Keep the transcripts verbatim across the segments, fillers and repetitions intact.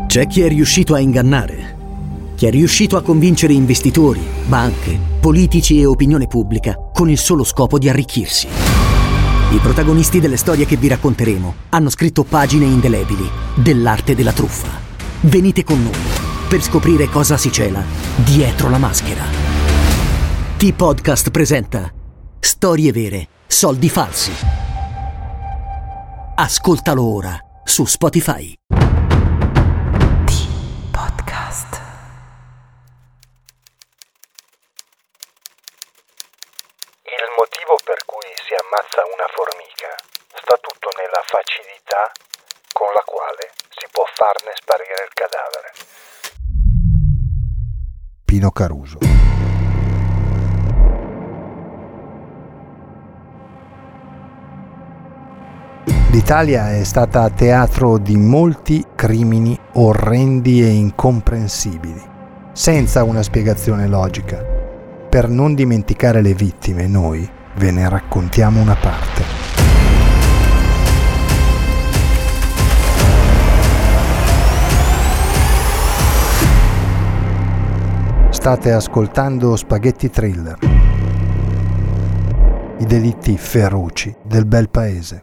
C'è chi è riuscito a ingannare, chi è riuscito a convincere investitori, banche, politici e opinione pubblica con il solo scopo di arricchirsi. I protagonisti delle storie che vi racconteremo hanno scritto pagine indelebili dell'arte della truffa. Venite con noi per scoprire cosa si cela dietro la maschera. T-Podcast presenta Storie vere, soldi falsi. Ascoltalo ora su Spotify. T-Podcast. Il motivo per cui si ammazza una formica sta tutto nella facilità con la quale si può farne sparire il cadavere. Pino Caruso. L'Italia è stata teatro di molti crimini orrendi e incomprensibili, senza una spiegazione logica. Per non dimenticare le vittime, noi ve ne raccontiamo una parte. State ascoltando Spaghetti Thriller, i delitti feroci del bel paese.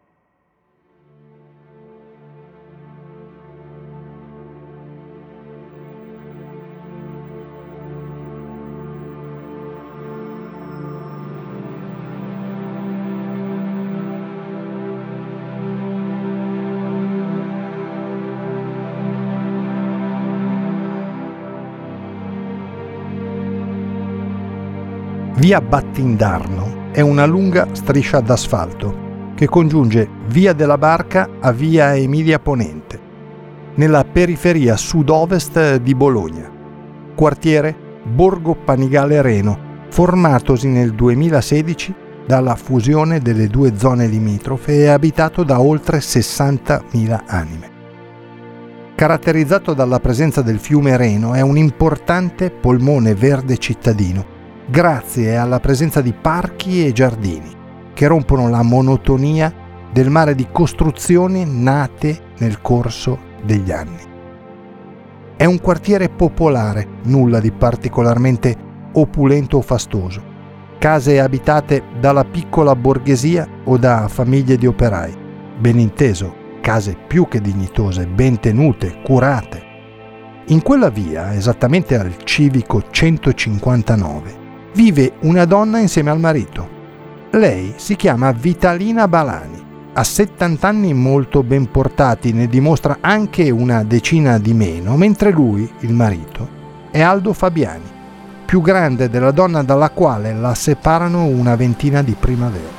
Via Battindarno è una lunga striscia d'asfalto che congiunge Via della Barca a Via Emilia Ponente, nella periferia sud-ovest di Bologna, quartiere Borgo Panigale Reno, formatosi nel duemilasedici dalla fusione delle due zone limitrofe e abitato da oltre sessantamila anime. Caratterizzato dalla presenza del fiume Reno, è un importante polmone verde cittadino, grazie alla presenza di parchi e giardini che rompono la monotonia del mare di costruzioni nate nel corso degli anni. È un quartiere popolare, nulla di particolarmente opulento o fastoso. Case abitate dalla piccola borghesia o da famiglie di operai. Ben inteso, case più che dignitose, ben tenute, curate. In quella via, esattamente al civico centocinquantanove, vive una donna insieme al marito. Lei si chiama Vitalina Balani, ha settanta anni molto ben portati, ne dimostra anche una decina di meno, mentre lui, il marito, è Aldo Fabiani, più grande della donna dalla quale la separano una ventina di primavere.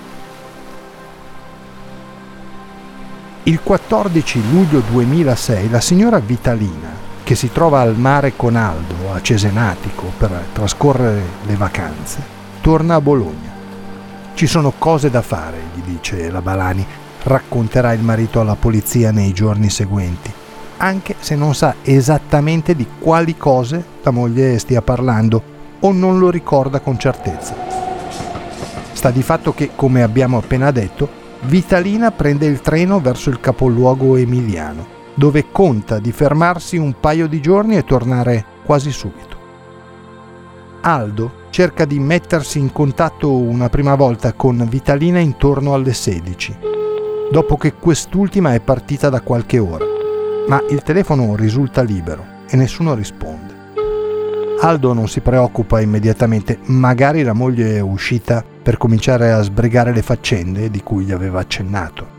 Il quattordici luglio duemilasei la signora Vitalina, che si trova al mare con Aldo a Cesenatico per trascorrere le vacanze, torna a Bologna. Ci sono cose da fare, gli dice la Balani, racconterà il marito alla polizia nei giorni seguenti, anche se non sa esattamente di quali cose la moglie stia parlando o non lo ricorda con certezza. Sta di fatto che, come abbiamo appena detto, Vitalina prende il treno verso il capoluogo emiliano, dove conta di fermarsi un paio di giorni e tornare quasi subito. Aldo cerca di mettersi in contatto una prima volta con Vitalina intorno alle sedici, dopo che quest'ultima è partita da qualche ora, ma il telefono risulta libero e nessuno risponde. Aldo non si preoccupa immediatamente, magari la moglie è uscita per cominciare a sbrigare le faccende di cui gli aveva accennato.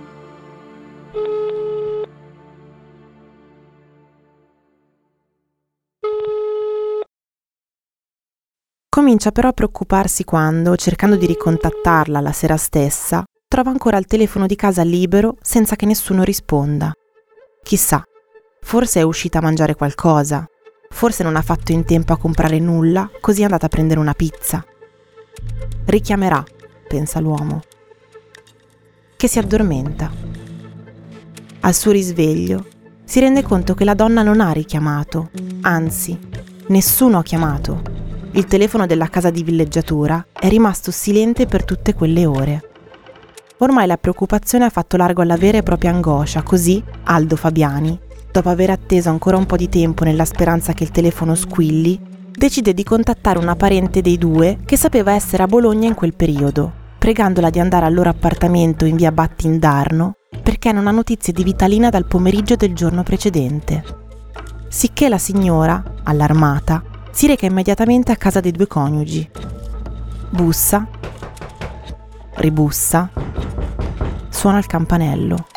Comincia però a preoccuparsi quando, cercando di ricontattarla la sera stessa, trova ancora il telefono di casa libero senza che nessuno risponda. Chissà, forse è uscita a mangiare qualcosa, forse non ha fatto in tempo a comprare nulla, così è andata a prendere una pizza. Richiamerà, pensa l'uomo, che si addormenta. Al suo risveglio si rende conto che la donna non ha richiamato, anzi, nessuno ha chiamato. Il telefono della casa di villeggiatura è rimasto silente per tutte quelle ore. Ormai la preoccupazione ha fatto largo alla vera e propria angoscia, così Aldo Fabiani dopo aver atteso ancora un po' di tempo nella speranza che il telefono squilli, decide di contattare una parente dei due che sapeva essere a Bologna in quel periodo, pregandola di andare al loro appartamento in via Battindarno perché non ha notizie di Vitalina dal pomeriggio del giorno precedente. Sicché la signora, allarmata, si reca immediatamente a casa dei due coniugi. Bussa, ribussa, suona il campanello.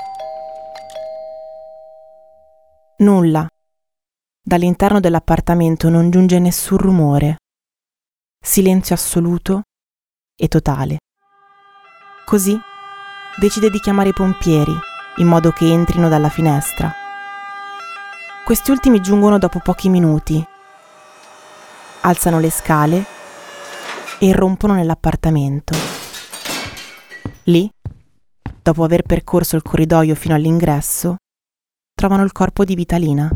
Nulla. Dall'interno dell'appartamento non giunge nessun rumore. Silenzio assoluto e totale. Così decide di chiamare i pompieri, in modo che entrino dalla finestra. Questi ultimi giungono dopo pochi minuti. Alzano le scale e irrompono nell'appartamento. Lì, dopo aver percorso il corridoio fino all'ingresso, trovano il corpo di Vitalina.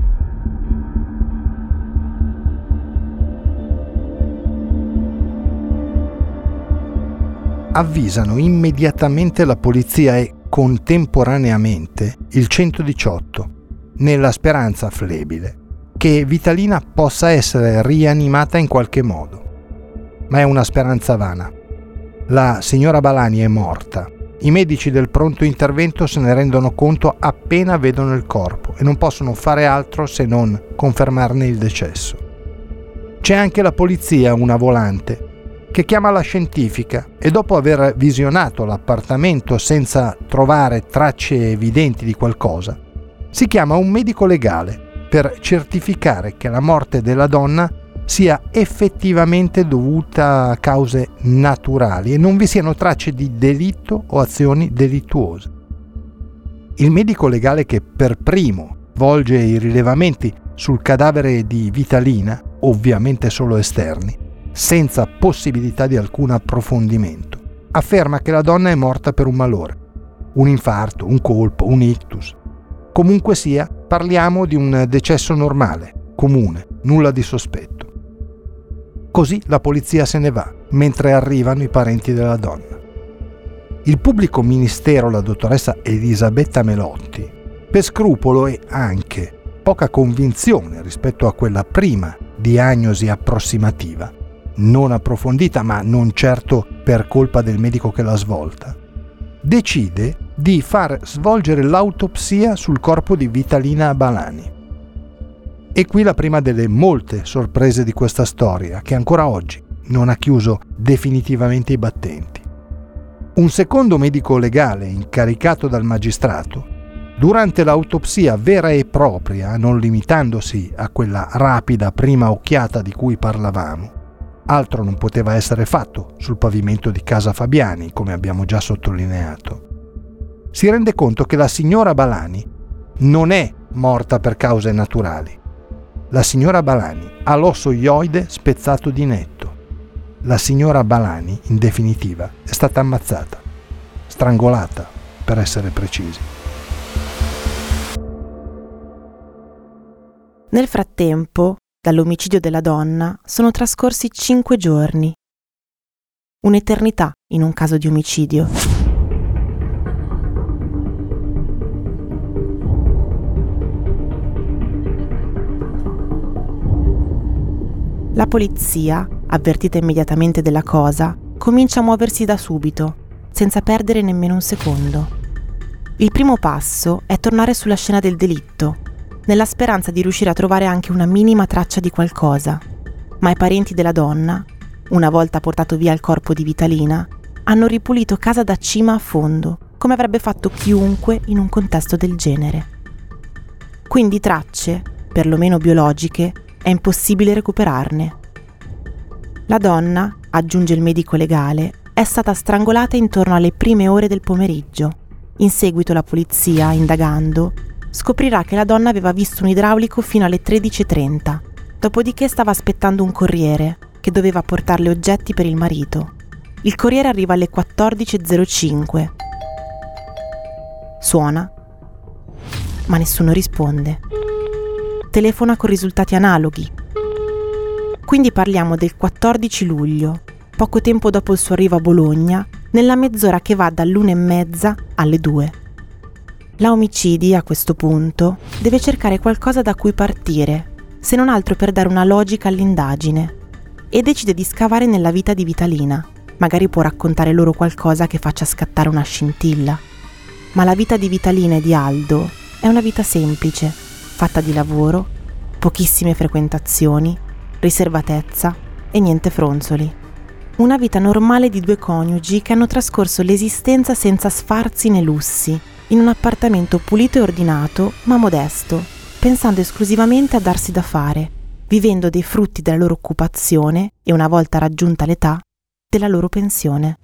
Avvisano immediatamente la polizia e contemporaneamente il centodiciotto, nella speranza flebile che Vitalina possa essere rianimata in qualche modo. Ma è una speranza vana. La signora Balani è morta. I medici del pronto intervento se ne rendono conto appena vedono il corpo e non possono fare altro se non confermarne il decesso. C'è anche la polizia, una volante, che chiama la scientifica e dopo aver visionato l'appartamento senza trovare tracce evidenti di qualcosa, si chiama un medico legale per certificare che la morte della donna sia effettivamente dovuta a cause naturali e non vi siano tracce di delitto o azioni delittuose. Il medico legale che per primo volge i rilevamenti sul cadavere di Vitalina, ovviamente solo esterni, senza possibilità di alcun approfondimento, afferma che la donna è morta per un malore, un infarto, un colpo, un ictus. Comunque sia, parliamo di un decesso normale, comune, nulla di sospetto. Così la polizia se ne va, mentre arrivano i parenti della donna. Il pubblico ministero, la dottoressa Elisabetta Melotti, per scrupolo e anche poca convinzione rispetto a quella prima diagnosi approssimativa, non approfondita ma non certo per colpa del medico che l'ha svolta, decide di far svolgere l'autopsia sul corpo di Vitalina Balani. E qui la prima delle molte sorprese di questa storia, che ancora oggi non ha chiuso definitivamente i battenti. Un secondo medico legale incaricato dal magistrato, durante l'autopsia vera e propria, non limitandosi a quella rapida prima occhiata di cui parlavamo, altro non poteva essere fatto sul pavimento di casa Fabiani, come abbiamo già sottolineato, si rende conto che la signora Balani non è morta per cause naturali. La signora Balani ha l'osso ioide spezzato di netto. La signora Balani, in definitiva, è stata ammazzata, strangolata, per essere precisi. Nel frattempo, dall'omicidio della donna sono trascorsi cinque giorni. Un'eternità in un caso di omicidio. La polizia, avvertita immediatamente della cosa, comincia a muoversi da subito, senza perdere nemmeno un secondo. Il primo passo è tornare sulla scena del delitto, nella speranza di riuscire a trovare anche una minima traccia di qualcosa. Ma i parenti della donna, una volta portato via il corpo di Vitalina, hanno ripulito casa da cima a fondo, come avrebbe fatto chiunque in un contesto del genere. Quindi tracce, perlomeno biologiche, è impossibile recuperarne. La donna, aggiunge il medico legale, è stata strangolata intorno alle prime ore del pomeriggio. In seguito la polizia, indagando, scoprirà che la donna aveva visto un idraulico fino alle tredici e trenta, dopodiché stava aspettando un corriere che doveva portarle oggetti per il marito. Il corriere arriva alle quattordici e zero cinque. Suona, ma nessuno risponde. Telefona con risultati analoghi. Quindi parliamo del quattordici luglio, poco tempo dopo il suo arrivo a Bologna, nella mezz'ora che va dall'una e mezza alle due. La Omicidi, a questo punto, deve cercare qualcosa da cui partire, se non altro per dare una logica all'indagine, e decide di scavare nella vita di Vitalina. Magari può raccontare loro qualcosa che faccia scattare una scintilla. Ma la vita di Vitalina e di Aldo è una vita semplice, fatta di lavoro, pochissime frequentazioni, riservatezza e niente fronzoli. Una vita normale di due coniugi che hanno trascorso l'esistenza senza sfarzi né lussi, in un appartamento pulito e ordinato, ma modesto, pensando esclusivamente a darsi da fare, vivendo dei frutti della loro occupazione e, una volta raggiunta l'età, della loro pensione.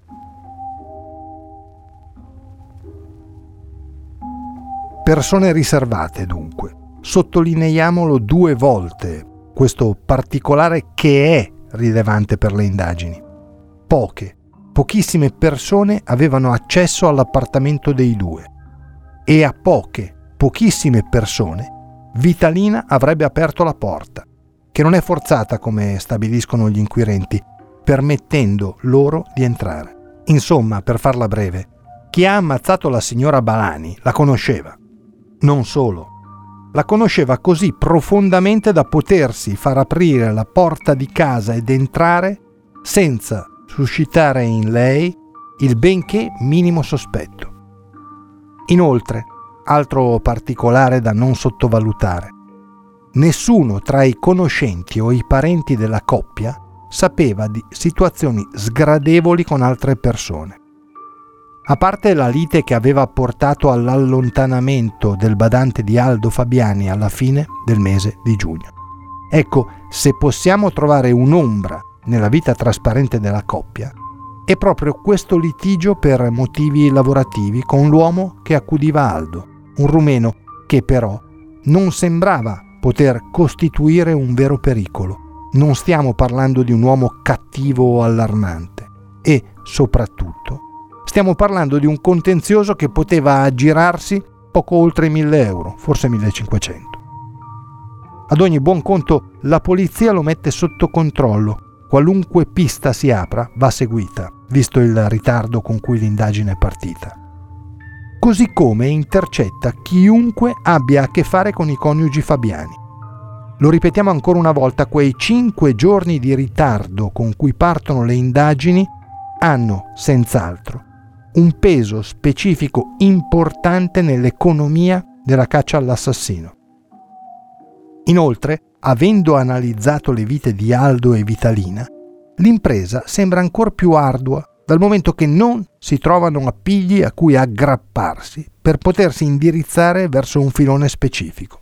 Persone riservate, dunque. Sottolineiamolo due volte, questo particolare che è rilevante per le indagini. Poche, pochissime persone avevano accesso all'appartamento dei due e a poche, pochissime persone Vitalina avrebbe aperto la porta, che non è forzata come stabiliscono gli inquirenti, permettendo loro di entrare. Insomma, per farla breve, chi ha ammazzato la signora Balani la conosceva. Non solo, la conosceva così profondamente da potersi far aprire la porta di casa ed entrare senza suscitare in lei il benché minimo sospetto. Inoltre, altro particolare da non sottovalutare, nessuno tra i conoscenti o i parenti della coppia sapeva di situazioni sgradevoli con altre persone. A parte la lite che aveva portato all'allontanamento del badante di Aldo Fabiani alla fine del mese di giugno. Ecco, se possiamo trovare un'ombra nella vita trasparente della coppia, è proprio questo litigio per motivi lavorativi con l'uomo che accudiva Aldo, un rumeno che però non sembrava poter costituire un vero pericolo. Non stiamo parlando di un uomo cattivo o allarmante e, soprattutto, stiamo parlando di un contenzioso che poteva aggirarsi poco oltre i mille euro, forse millecinquecento. Ad ogni buon conto, la polizia lo mette sotto controllo. Qualunque pista si apra va seguita, visto il ritardo con cui l'indagine è partita. Così come intercetta chiunque abbia a che fare con i coniugi Fabiani. Lo ripetiamo ancora una volta, quei cinque giorni di ritardo con cui partono le indagini hanno, senz'altro, un peso specifico importante nell'economia della caccia all'assassino. Inoltre, avendo analizzato le vite di Aldo e Vitalina, l'impresa sembra ancor più ardua dal momento che non si trovano appigli a cui aggrapparsi per potersi indirizzare verso un filone specifico.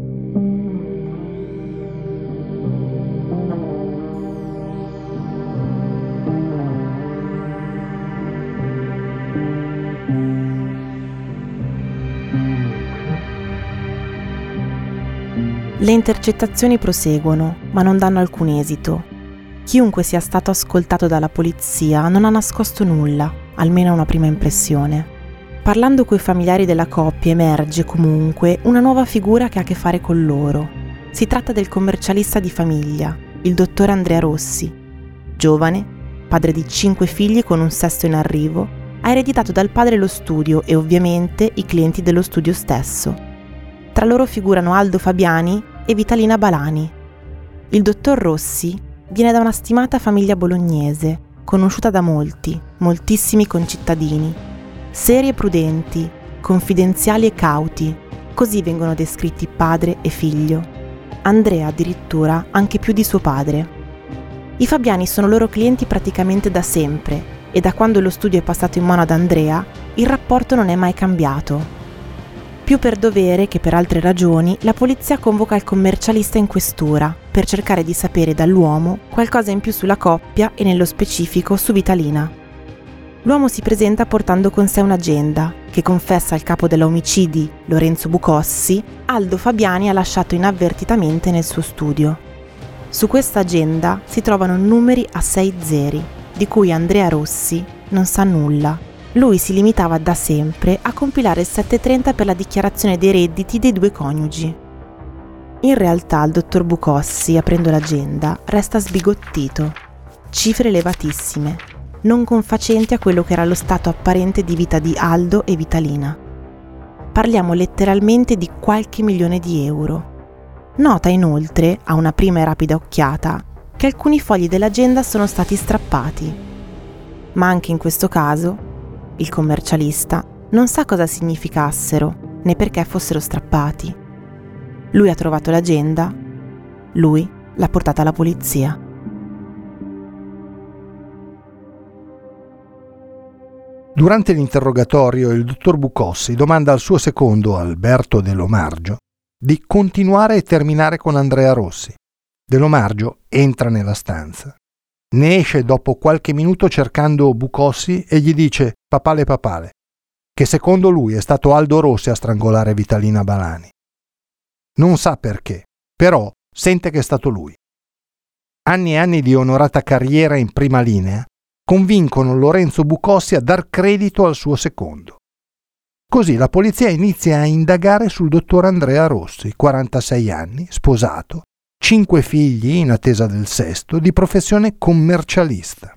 Le intercettazioni proseguono, ma non danno alcun esito. Chiunque sia stato ascoltato dalla polizia non ha nascosto nulla, almeno una prima impressione. Parlando coi familiari della coppia emerge comunque una nuova figura che ha a che fare con loro. Si tratta del commercialista di famiglia, il dottor Andrea Rossi. Giovane, padre di cinque figli con un sesto in arrivo, ha ereditato dal padre lo studio e ovviamente i clienti dello studio stesso. Tra loro figurano Aldo Fabiani e Vitalina Balani. Il dottor Rossi viene da una stimata famiglia bolognese, conosciuta da molti, moltissimi concittadini. Seri e prudenti, confidenziali e cauti, così vengono descritti padre e figlio. Andrea addirittura anche più di suo padre. I Fabiani sono loro clienti praticamente da sempre e da quando lo studio è passato in mano ad Andrea il rapporto non è mai cambiato. Più per dovere che per altre ragioni, la polizia convoca il commercialista in questura per cercare di sapere dall'uomo qualcosa in più sulla coppia e nello specifico su Vitalina. L'uomo si presenta portando con sé un'agenda che confessa al capo della Omicidi, Lorenzo Bucossi, Aldo Fabiani ha lasciato inavvertitamente nel suo studio. Su questa agenda si trovano numeri a sei zeri, di cui Andrea Rossi non sa nulla. Lui si limitava da sempre a compilare il settecentotrenta per la dichiarazione dei redditi dei due coniugi. In realtà il dottor Bucossi, aprendo l'agenda, resta sbigottito. Cifre elevatissime, non confacenti a quello che era lo stato apparente di vita di Aldo e Vitalina. Parliamo letteralmente di qualche milione di euro. Nota inoltre, a una prima e rapida occhiata, che alcuni fogli dell'agenda sono stati strappati. Ma anche in questo caso, il commercialista non sa cosa significassero né perché fossero strappati. Lui ha trovato l'agenda, lui l'ha portata alla polizia. Durante l'interrogatorio il dottor Bucossi domanda al suo secondo, Alberto De Lomargio, di continuare e terminare con Andrea Rossi. De Lomargio entra nella stanza. Ne esce dopo qualche minuto cercando Bucossi e gli dice papale papale, che secondo lui è stato Aldo Rossi a strangolare Vitalina Balani. Non sa perché, però sente che è stato lui. Anni e anni di onorata carriera in prima linea convincono Lorenzo Bucossi a dar credito al suo secondo. Così la polizia inizia a indagare sul dottor Andrea Rossi, quarantasei anni, sposato, cinque figli in attesa del sesto, di professione commercialista.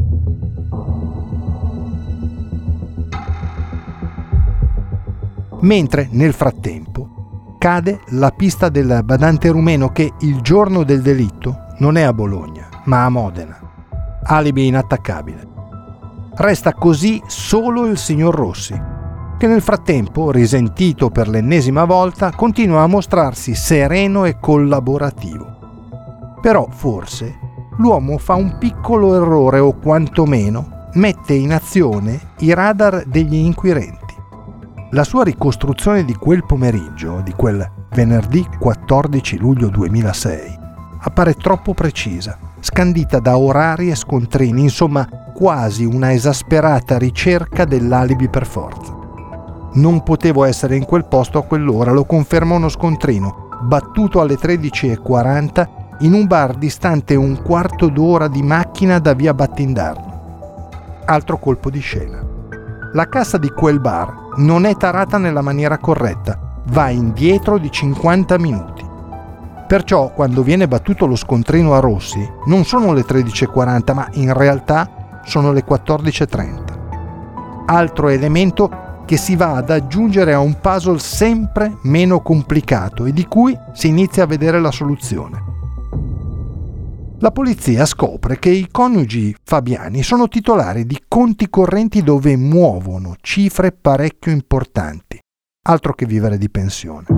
Mentre nel frattempo cade la pista del badante rumeno che il giorno del delitto non è a Bologna, ma a Modena. Alibi inattaccabile. Resta così solo il signor Rossi, che nel frattempo, risentito per l'ennesima volta, continua a mostrarsi sereno e collaborativo. Però forse l'uomo fa un piccolo errore o quantomeno mette in azione i radar degli inquirenti. La sua ricostruzione di quel pomeriggio, di quel venerdì quattordici luglio duemilasei, appare troppo precisa, scandita da orari e scontrini, insomma quasi una esasperata ricerca dell'alibi per forza. Non potevo essere in quel posto a quell'ora, lo conferma uno scontrino, battuto alle tredici e quaranta in un bar distante un quarto d'ora di macchina da via Battindarno. Altro colpo di scena. La cassa di quel bar non è tarata nella maniera corretta, va indietro di cinquanta minuti. Perciò, quando viene battuto lo scontrino a Rossi, non sono le tredici e quaranta, ma in realtà sono le quattordici e trenta. Altro elemento che si va ad aggiungere a un puzzle sempre meno complicato e di cui si inizia a vedere la soluzione. La polizia scopre che i coniugi Fabiani sono titolari di conti correnti dove muovono cifre parecchio importanti, altro che vivere di pensione.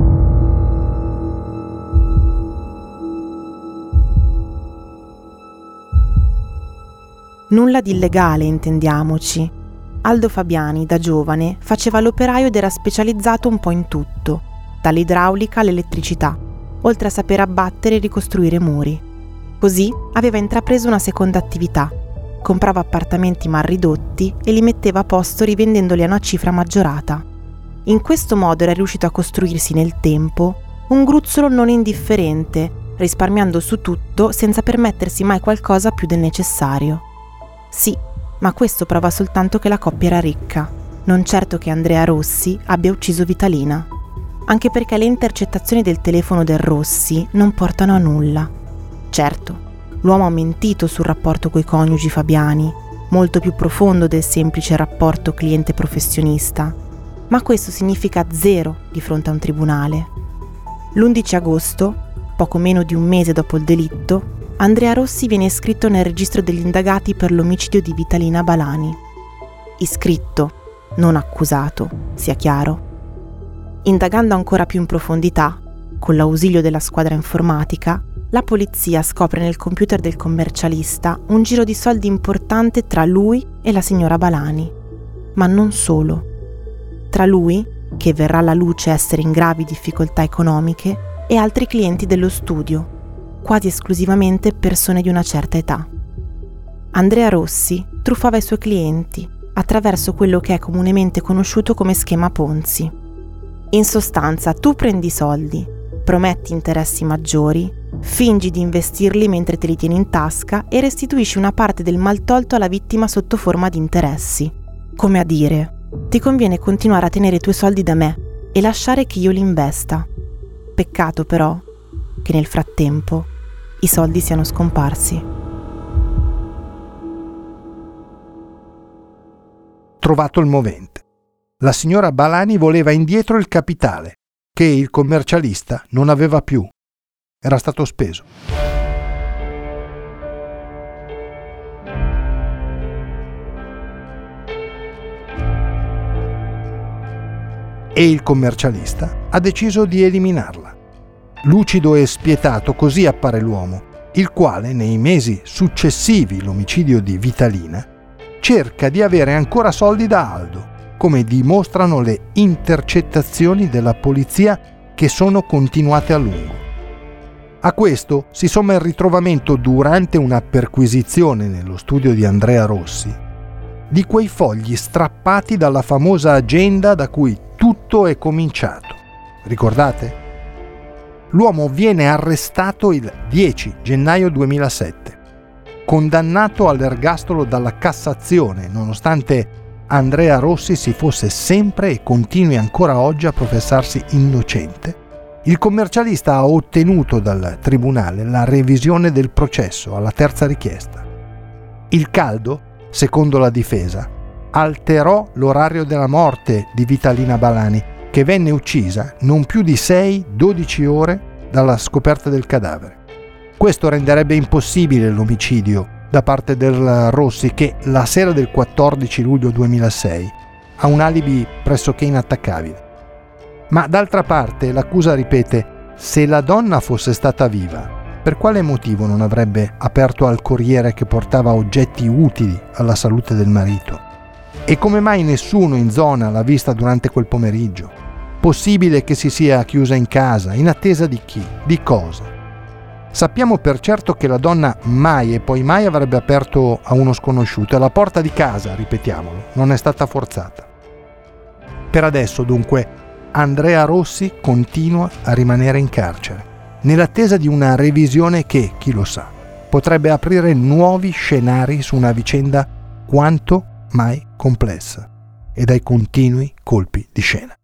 Nulla di illegale, intendiamoci. Aldo Fabiani, da giovane, faceva l'operaio ed era specializzato un po' in tutto, dall'idraulica all'elettricità, oltre a saper abbattere e ricostruire muri. Così aveva intrapreso una seconda attività. Comprava appartamenti mal ridotti e li metteva a posto rivendendoli a una cifra maggiorata. In questo modo era riuscito a costruirsi nel tempo un gruzzolo non indifferente, risparmiando su tutto senza permettersi mai qualcosa più del necessario. Sì, ma questo prova soltanto che la coppia era ricca, non certo che Andrea Rossi abbia ucciso Vitalina. Anche perché le intercettazioni del telefono del Rossi non portano a nulla. Certo, l'uomo ha mentito sul rapporto coi coniugi Fabiani, molto più profondo del semplice rapporto cliente-professionista, ma questo significa zero di fronte a un tribunale. L'undici agosto, poco meno di un mese dopo il delitto, Andrea Rossi viene iscritto nel registro degli indagati per l'omicidio di Vitalina Balani. Iscritto, non accusato, sia chiaro. Indagando ancora più in profondità, con l'ausilio della squadra informatica, la polizia scopre nel computer del commercialista un giro di soldi importante tra lui e la signora Balani. Ma non solo. Tra lui, che verrà alla luce essere in gravi difficoltà economiche, e altri clienti dello studio, quasi esclusivamente persone di una certa età. Andrea Rossi truffava i suoi clienti attraverso quello che è comunemente conosciuto come schema Ponzi. In sostanza, tu prendi soldi, prometti interessi maggiori, fingi di investirli mentre te li tieni in tasca e restituisci una parte del maltolto alla vittima sotto forma di interessi. Come a dire, ti conviene continuare a tenere i tuoi soldi da me e lasciare che io li investa. Peccato però che nel frattempo i soldi siano scomparsi. Trovato il movente. La signora Balani voleva indietro il capitale, che il commercialista non aveva più. Era stato speso. E il commercialista ha deciso di eliminarla. Lucido e spietato così appare l'uomo, il quale nei mesi successivi l'omicidio di Vitalina cerca di avere ancora soldi da Aldo, come dimostrano le intercettazioni della polizia che sono continuate a lungo. A questo si somma il ritrovamento durante una perquisizione nello studio di Andrea Rossi di quei fogli strappati dalla famosa agenda da cui tutto è cominciato. Ricordate? L'uomo viene arrestato il dieci gennaio duemilasette, condannato all'ergastolo dalla Cassazione, nonostante Andrea Rossi si fosse sempre e continui ancora oggi a professarsi innocente. Il commercialista ha ottenuto dal tribunale la revisione del processo alla terza richiesta. Il caldo, secondo la difesa, alterò l'orario della morte di Vitalina Balani, che venne uccisa non più di sei dodici ore dalla scoperta del cadavere. Questo renderebbe impossibile l'omicidio da parte del Rossi, che la sera del quattordici luglio duemilasei ha un alibi pressoché inattaccabile. Ma d'altra parte l'accusa ripete: se la donna fosse stata viva, per quale motivo non avrebbe aperto al corriere che portava oggetti utili alla salute del marito? E come mai nessuno in zona l'ha vista durante quel pomeriggio? Possibile che si sia chiusa in casa, in attesa di chi? Di cosa? Sappiamo per certo che la donna mai e poi mai avrebbe aperto a uno sconosciuto, e la porta di casa, ripetiamolo, non è stata forzata. Per adesso, dunque, Andrea Rossi continua a rimanere in carcere, nell'attesa di una revisione che, chi lo sa, potrebbe aprire nuovi scenari su una vicenda quanto mai complessa e dai continui colpi di scena.